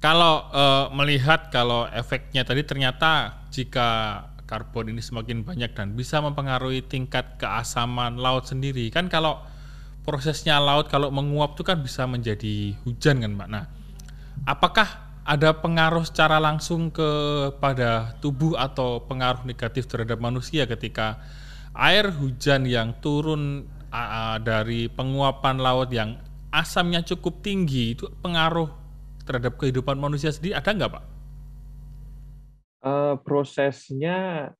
Kalau melihat kalau efeknya tadi ternyata jika karbon ini semakin banyak dan bisa mempengaruhi tingkat keasaman laut sendiri, kan kalau prosesnya laut kalau menguap itu kan bisa menjadi hujan kan Pak. Nah, apakah ada pengaruh secara langsung kepada tubuh atau pengaruh negatif terhadap manusia ketika air hujan yang turun dari penguapan laut yang asamnya cukup tinggi itu pengaruh terhadap kehidupan manusia sendiri ada nggak Pak? Prosesnya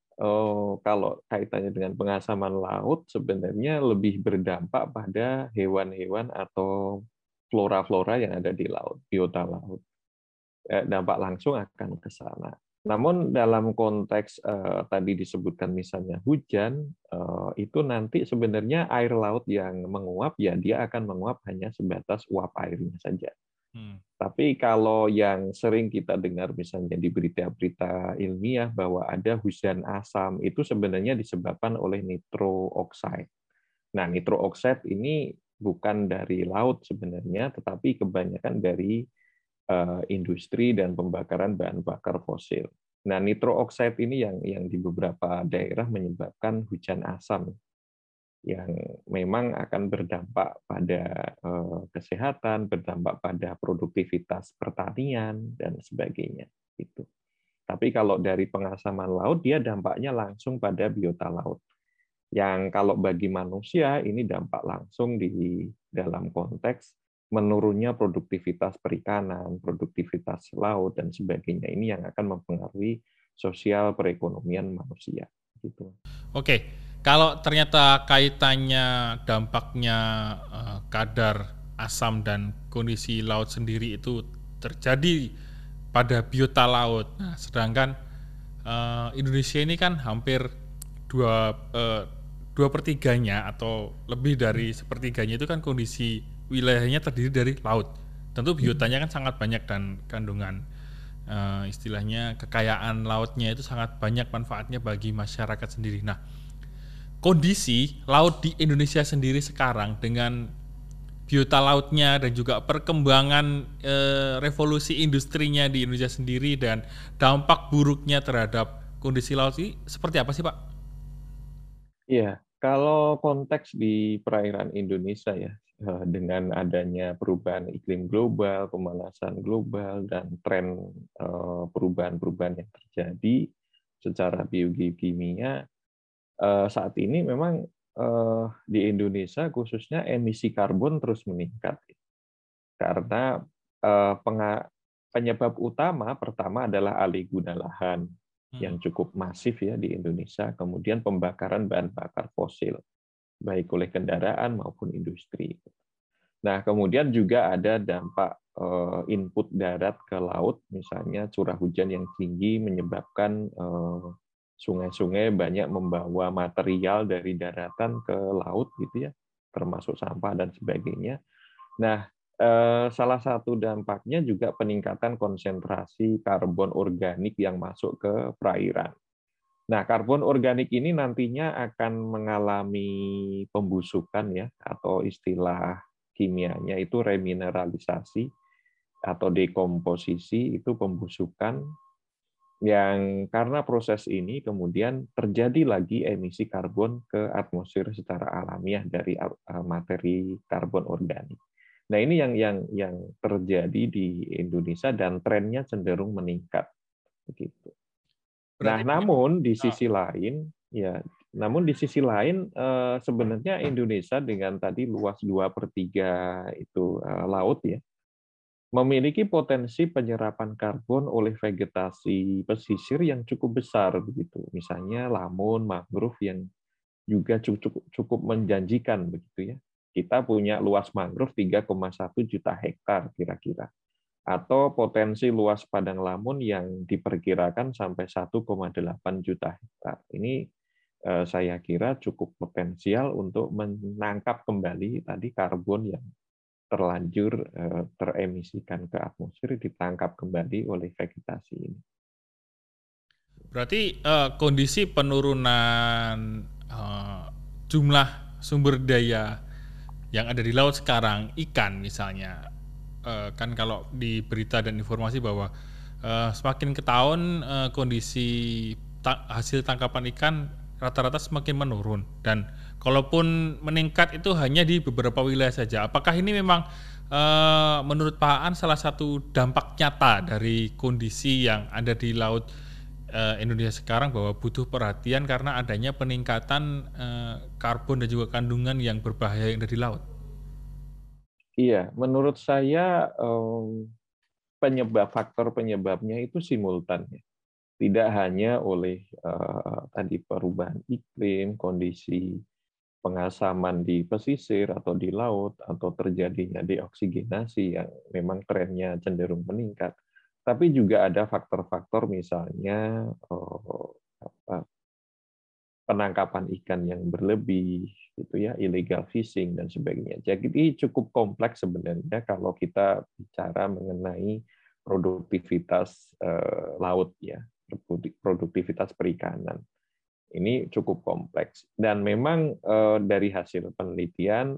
kalau kaitannya dengan pengasaman laut sebenarnya lebih berdampak pada hewan-hewan atau flora-flora yang ada di laut, biota laut. Dampak langsung akan ke sana. Namun dalam konteks tadi disebutkan misalnya hujan, itu nanti sebenarnya air laut yang menguap ya dia akan menguap hanya sebatas uap airnya saja. Hmm. Tapi kalau yang sering kita dengar misalnya di berita-berita ilmiah bahwa ada hujan asam, itu sebenarnya disebabkan oleh nitro oxide. Nah, nitro oxide ini bukan dari laut sebenarnya, tetapi kebanyakan dari industri dan pembakaran bahan bakar fosil. Nah, nitro oxide ini yang di beberapa daerah menyebabkan hujan asam yang memang akan berdampak pada kesehatan, berdampak pada produktivitas pertanian dan sebagainya. Itu. Tapi kalau dari pengasaman laut, dia dampaknya langsung pada biota laut. Yang kalau bagi manusia ini dampak langsung di dalam konteks menurunnya produktivitas perikanan, produktivitas laut dan sebagainya. Ini yang akan mempengaruhi sosial perekonomian manusia. Gitu. Oke, kalau ternyata kaitannya dampaknya kadar asam dan kondisi laut sendiri itu terjadi pada biota laut. Nah, sedangkan Indonesia ini kan hampir dua eh, dua pertiganya atau lebih dari sepertiganya itu kan kondisi wilayahnya terdiri dari laut. Tentu biotanya kan sangat banyak dan kandungan istilahnya kekayaan lautnya itu sangat banyak manfaatnya bagi masyarakat sendiri. Nah, kondisi laut di Indonesia sendiri sekarang dengan biota lautnya dan juga perkembangan revolusi industrinya di Indonesia sendiri dan dampak buruknya terhadap kondisi laut ini seperti apa sih Pak? Iya, kalau konteks di perairan Indonesia ya, dengan adanya perubahan iklim global, pemanasan global, dan tren perubahan-perubahan yang terjadi secara biogeokimia, saat ini memang di Indonesia khususnya emisi karbon terus meningkat. Karena penyebab utama pertama adalah alih guna lahan Hmm. yang cukup masif ya di Indonesia, kemudian pembakaran bahan bakar fosil, baik oleh kendaraan maupun industri. Nah, kemudian juga ada dampak input darat ke laut, misalnya curah hujan yang tinggi menyebabkan sungai-sungai banyak membawa material dari daratan ke laut, gitu ya, termasuk sampah dan sebagainya. Nah, salah satu dampaknya juga peningkatan konsentrasi karbon organik yang masuk ke perairan. Nah, karbon organik ini nantinya akan mengalami pembusukan ya, atau istilah kimianya itu remineralisasi atau dekomposisi, itu pembusukan yang karena proses ini kemudian terjadi lagi emisi karbon ke atmosfer secara alamiah dari materi karbon organik. Nah, ini yang terjadi di Indonesia dan trennya cenderung meningkat begitu. Nah, Berarti namun di oh, sisi lain, ya, namun di sisi lain sebenarnya Indonesia dengan tadi luas 2/3 itu laut ya, memiliki potensi penyerapan karbon oleh vegetasi pesisir yang cukup besar begitu. Misalnya lamun, mangrove yang juga cukup cukup menjanjikan begitu ya. Kita punya luas mangrove 3,1 juta hektar kira-kira, atau potensi luas padang lamun yang diperkirakan sampai 1,8 juta hektar. Ini saya kira cukup potensial untuk menangkap kembali tadi karbon yang terlanjur teremisikan ke atmosfer, ditangkap kembali oleh vegetasi ini. berarti kondisi penurunan jumlah sumber daya yang ada di laut sekarang, ikan misalnya, kan kalau di berita dan informasi bahwa semakin ke tahun kondisi hasil tangkapan ikan rata-rata semakin menurun, dan kalaupun meningkat itu hanya di beberapa wilayah saja. Apakah ini memang menurut Pak Aan salah satu dampak nyata dari kondisi yang ada di laut Indonesia sekarang, bahwa butuh perhatian karena adanya peningkatan karbon dan juga kandungan yang berbahaya yang ada di laut? Iya, menurut saya faktor penyebabnya itu simultan ya. Tidak hanya oleh tadi perubahan iklim, kondisi pengasaman di pesisir atau di laut, atau terjadinya deoksigenasi yang memang trennya cenderung meningkat, tapi juga ada faktor-faktor misalnya penangkapan ikan yang berlebih, gitu ya, illegal fishing dan sebagainya. Jadi cukup kompleks sebenarnya kalau kita bicara mengenai produktivitas laut ya, produktivitas perikanan. Ini cukup kompleks dan memang dari hasil penelitian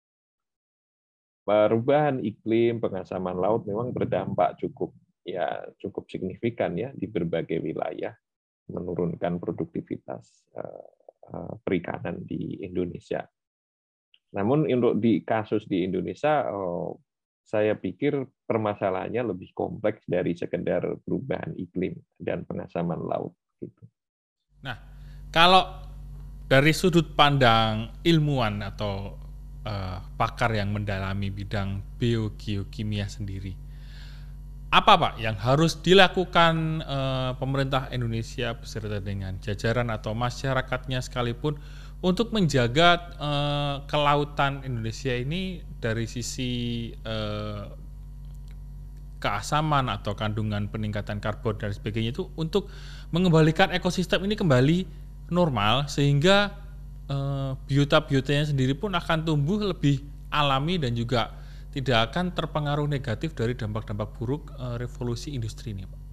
perubahan iklim, pengasaman laut memang berdampak cukup signifikan ya di berbagai wilayah, menurunkan produktivitas perikanan di Indonesia. Namun untuk di kasus di Indonesia, saya pikir permasalahannya lebih kompleks dari sekedar perubahan iklim dan pengasaman laut. Gitu. Nah, kalau dari sudut pandang ilmuwan atau pakar yang mendalami bidang biogeokimia sendiri, apa Pak yang harus dilakukan pemerintah Indonesia beserta dengan jajaran atau masyarakatnya sekalipun untuk menjaga kelautan Indonesia ini dari sisi keasaman atau kandungan peningkatan karbon dan sebagainya, itu untuk mengembalikan ekosistem ini kembali normal, sehingga biota-biotanya sendiri pun akan tumbuh lebih alami dan juga tidak akan terpengaruh negatif dari dampak-dampak buruk revolusi industri ini, Pak?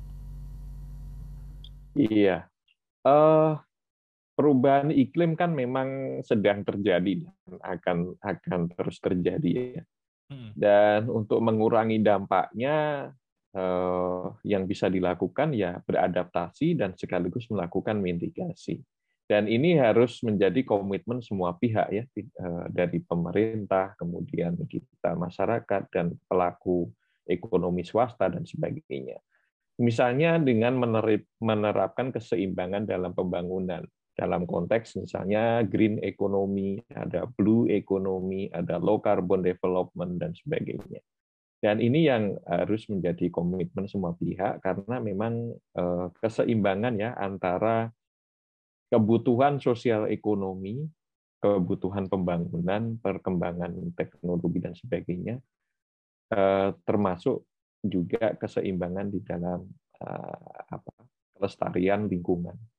Iya, perubahan iklim kan memang sedang terjadi dan akan terus terjadi ya. Dan untuk mengurangi dampaknya, yang bisa dilakukan ya beradaptasi dan sekaligus melakukan mitigasi. Dan ini harus menjadi komitmen semua pihak ya, dari pemerintah, kemudian kita masyarakat dan pelaku ekonomi swasta dan sebagainya. Misalnya dengan menerapkan keseimbangan dalam pembangunan. Dalam konteks misalnya green economy, ada blue economy, ada low carbon development, dan sebagainya. Dan ini yang harus menjadi komitmen semua pihak, karena memang keseimbangan ya antara kebutuhan sosial ekonomi, kebutuhan pembangunan, perkembangan teknologi, dan sebagainya, termasuk juga keseimbangan di dalam kelestarian lingkungan.